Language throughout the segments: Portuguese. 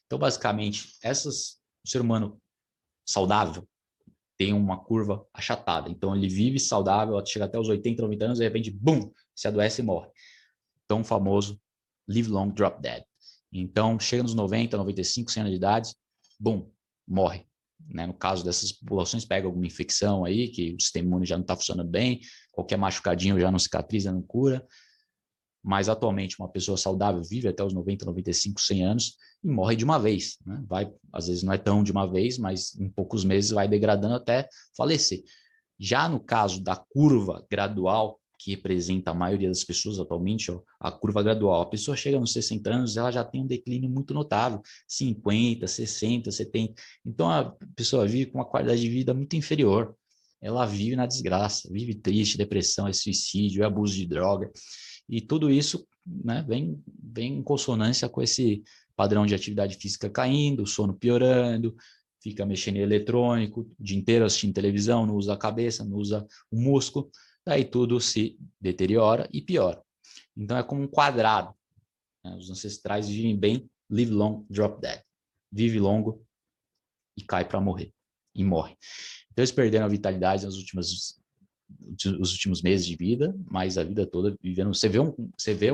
Então, basicamente, o ser humano saudável tem uma curva achatada. Então, ele vive saudável, chega até os 80, 90 anos, de repente, bum, se adoece e morre. Então, o famoso live long, drop dead. Então, chega nos 90, 95, 100 anos de idade, bum, morre. Né? No caso dessas populações, pega alguma infecção aí, que o sistema imune já não está funcionando bem, qualquer machucadinho já não cicatriza, não cura. Mas, atualmente, uma pessoa saudável vive até os 90, 95, 100 anos e morre de uma vez. Né? Vai, às vezes não é tão de uma vez, mas em poucos meses vai degradando até falecer. Já no caso da curva gradual, que representa a maioria das pessoas atualmente, ó, a curva gradual, a pessoa chega nos 60 anos, ela já tem um declínio muito notável, 50, 60, 70. Então, a pessoa vive com uma qualidade de vida muito inferior. Ela vive na desgraça, vive triste, depressão, é suicídio, é abuso de droga. E tudo isso, né, vem em consonância com esse padrão de atividade física caindo, o sono piorando, fica mexendo em eletrônico, o dia inteiro assistindo televisão, não usa a cabeça, não usa o músculo, daí tudo se deteriora e piora. Então é como um quadrado. Né? Os ancestrais vivem bem, live long, drop dead. Vive longo e cai para morrer. E morre. Então eles perderam a vitalidade nos os últimos meses de vida, mas a vida toda vivendo. Você vê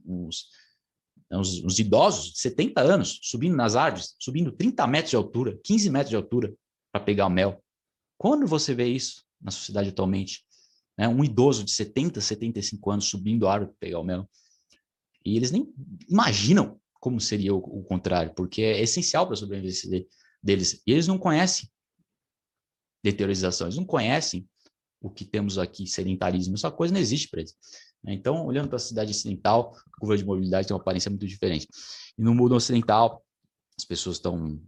uns idosos de 70 anos subindo nas árvores, subindo 30 metros de altura, 15 metros de altura para pegar o mel. Quando você vê isso na sociedade atualmente? Né? Um idoso de 70, 75 anos subindo a árvore para pegar o mel. E eles nem imaginam como seria o contrário, porque é essencial para a sobrevivência deles. E eles não conhecem deteriorização, eles não conhecem o que temos aqui, sedentarismo, essa coisa não existe para eles. Então, olhando para a cidade ocidental, a curva de mobilidade tem uma aparência muito diferente. E no mundo ocidental, as pessoas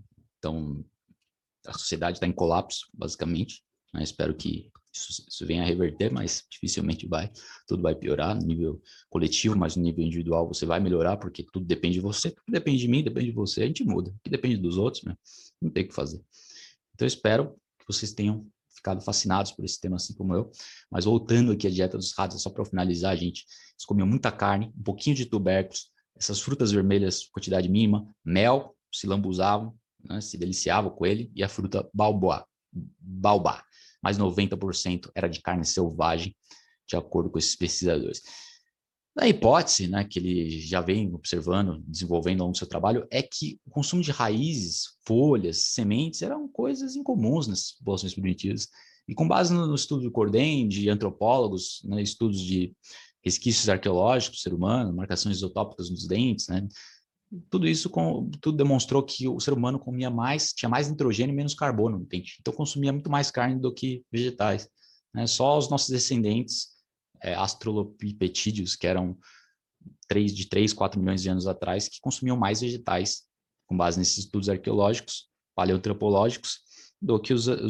a sociedade está em colapso, basicamente. Né? Espero que isso venha a reverter, mas dificilmente vai. Tudo vai piorar no nível coletivo, mas no nível individual você vai melhorar, porque tudo depende de você, tudo depende de mim, depende de você, a gente muda. O que depende dos outros, né? Não tem o que fazer. Então, eu espero que vocês tenham ficado fascinados por esse tema, assim como eu. Mas voltando aqui à dieta dos ratos, só para finalizar, gente, eles comiam muita carne, um pouquinho de tubérculos, essas frutas vermelhas, quantidade mínima, mel, se lambuzavam, né, se deliciavam com ele, e a fruta baobá. Mais 90% era de carne selvagem, de acordo com esses pesquisadores. A hipótese, né, que ele já vem observando, desenvolvendo ao longo do seu trabalho, é que o consumo de raízes, folhas, sementes eram coisas incomuns nas populações primitivas. E com base no estudo do Corden, de antropólogos, né, estudos de resquícios arqueológicos do ser humano, marcações isotópicas nos dentes, né, tudo isso tudo demonstrou que o ser humano tinha mais nitrogênio e menos carbono no dente. Então consumia muito mais carne do que vegetais. Né? Só os nossos descendentes australopipetídeos, que eram de 3, 4 milhões de anos atrás, que consumiam mais vegetais, com base nesses estudos arqueológicos, paleoantropológicos, do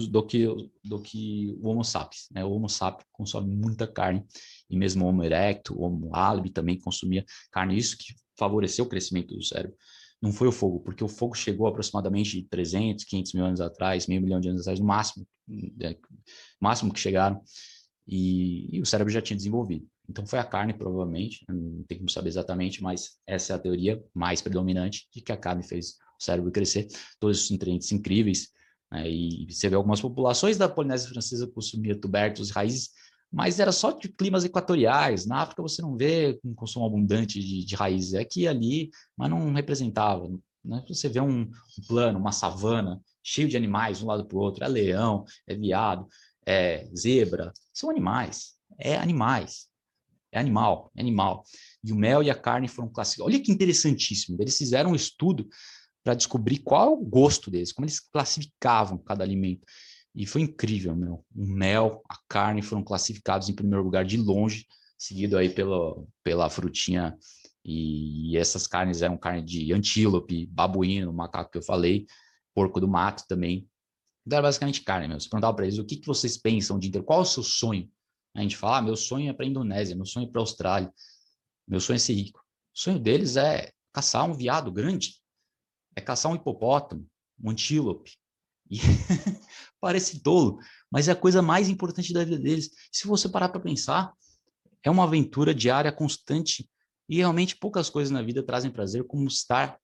que o Homo sapiens. Né? O Homo sapiens consome muita carne, e mesmo o Homo erectus, o Homo habilis também consumia carne, isso que favoreceu o crescimento do cérebro. Não foi o fogo, porque o fogo chegou aproximadamente 300, 500 mil anos atrás, meio milhão de anos atrás, no máximo que chegaram, e o cérebro já tinha desenvolvido. Então foi a carne, provavelmente, não tem como saber exatamente, mas essa é a teoria mais predominante de que a carne fez o cérebro crescer, todos esses nutrientes incríveis, né? E você vê algumas populações da Polinésia Francesa que consumiam tubérculos, raízes, mas era só de climas equatoriais. Na África você não vê um consumo abundante de raízes, é aqui e ali, mas não representava. Né? Você vê um plano, uma savana, cheio de animais de um lado para o outro, é leão, é veado, é zebra, são animais, é animal. E o mel e a carne foram classificados. Olha que interessantíssimo, eles fizeram um estudo para descobrir qual é o gosto deles, como eles classificavam cada alimento. E foi incrível, meu. O mel, a carne foram classificados em primeiro lugar de longe, seguido aí pela frutinha. E essas carnes eram carne de antílope, babuíno, macaco que eu falei, porco do mato também. Então era basicamente carne, meu. Você perguntava para eles o que vocês pensam de inteiro, qual é o seu sonho? A gente fala, meu sonho é para a Indonésia, meu sonho é para a Austrália, meu sonho é ser rico. O sonho deles é caçar um veado grande, é caçar um hipopótamo, um antílope. E parece tolo, mas é a coisa mais importante da vida deles. Se você parar para pensar, é uma aventura diária constante e realmente poucas coisas na vida trazem prazer como estar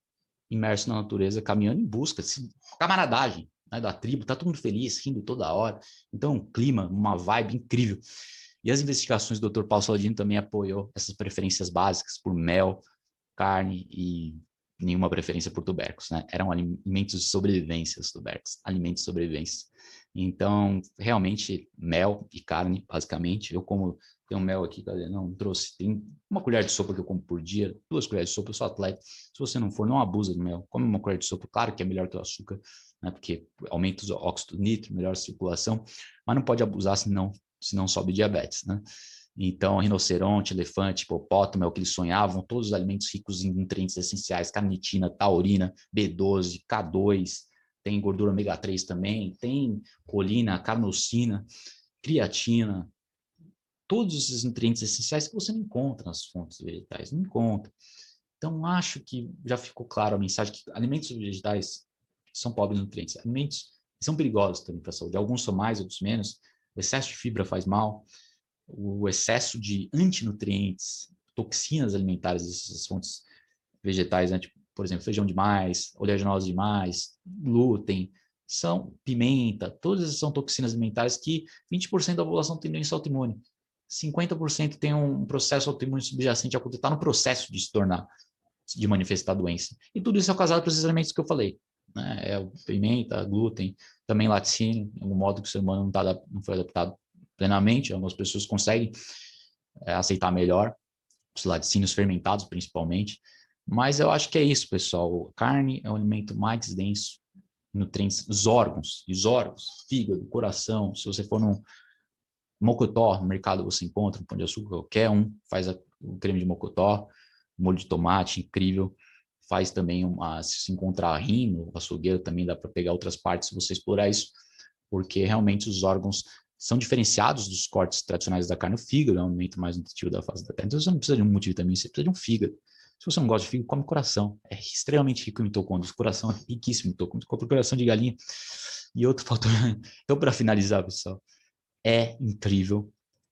imerso na natureza, caminhando em busca de camaradagem, né, da tribo, tá todo mundo feliz, rindo toda hora. Então, um clima, uma vibe incrível. E as investigações do Dr. Paulo Saladino também apoiou essas preferências básicas por mel, carne e nenhuma preferência por tubérculos, né? Eram alimentos de sobrevivência, os tubérculos, alimentos de sobrevivência. Então, realmente, mel e carne, basicamente. Eu como, tem um mel aqui, não trouxe, tem uma colher de sopa que eu como por dia, 2 colheres de sopa, eu sou atleta. Se você não for, não abusa do mel, come uma colher de sopa, claro que é melhor que o açúcar, né? Porque aumenta o óxido nitro, melhora a circulação, mas não pode abusar, senão sobe diabetes, né? Então, rinoceronte, elefante, hipopótamo é o que eles sonhavam, todos os alimentos ricos em nutrientes essenciais, carnitina, taurina, B12, K2, tem gordura ômega 3 também, tem colina, carnosina, creatina, todos esses nutrientes essenciais que você não encontra nas fontes vegetais, não encontra. Então, acho que já ficou claro a mensagem que alimentos vegetais são pobres em nutrientes. Alimentos são perigosos também para a saúde, alguns são mais, outros menos. O excesso de fibra faz mal, o excesso de antinutrientes, toxinas alimentares dessas fontes vegetais, né? Tipo, por exemplo, feijão demais, oleaginosa demais, glúten, pimenta, todas essas são toxinas alimentares que 20% da população tem doença autoimune, 50% tem um processo autoimune subjacente, está no processo de se tornar, de manifestar a doença. E tudo isso é causado por esses alimentos que eu falei, né? Pimenta, glúten, também laticínio, de algum modo que o ser humano não foi adaptado plenamente, algumas pessoas conseguem aceitar melhor, os laticínios fermentados principalmente, mas eu acho que é isso, pessoal. Carne é o alimento mais denso, nutrientes, os órgãos, fígado, coração. Se você for num mocotó, no mercado você encontra um pão de açúcar, qualquer um faz o creme de mocotó, molho de tomate, incrível. Faz também se encontrar rim, no açougueiro também dá para pegar outras partes se você explorar isso, porque realmente os órgãos são diferenciados dos cortes tradicionais da carne. O fígado é o alimento mais nutritivo da face da Terra. Então você não precisa de um multivitamina, você precisa de um fígado. Se você não gosta de fígado, come coração. É extremamente rico em mitocôndrios. O coração é riquíssimo em mitocôndrios. Compre coração de galinha. E outro fator. Então, para finalizar, pessoal, é incrível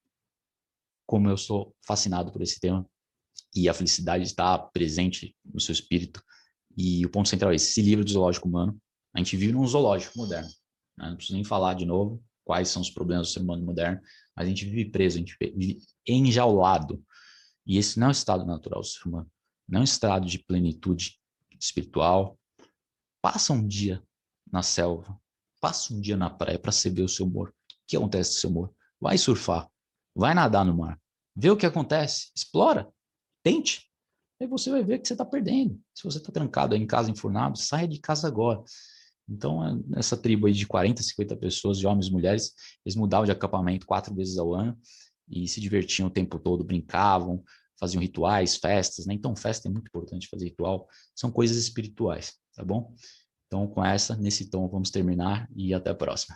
como eu sou fascinado por esse tema. E a felicidade está presente no seu espírito. E o ponto central é esse: se livra do zoológico humano. A gente vive num zoológico moderno, né? Não preciso nem falar de novo quais são os problemas do ser humano moderno, mas a gente vive preso, a gente vive enjaulado. E esse não é o estado natural do ser humano. Não é um estado de plenitude espiritual. Passa um dia na selva, passa um dia na praia para você ver o seu humor. O que acontece com o seu humor? Vai surfar, vai nadar no mar, vê o que acontece, explora, tente. Aí você vai ver que você está perdendo. Se você está trancado aí em casa, enfurnado, saia de casa agora. Então, essa tribo aí de 40, 50 pessoas, de homens e mulheres, eles mudavam de acampamento 4 vezes ao ano e se divertiam o tempo todo, brincavam, faziam rituais, festas, né? Então, festa é muito importante fazer ritual, são coisas espirituais, tá bom? Então, nesse tom, vamos terminar e até a próxima.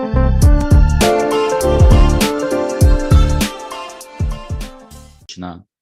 Na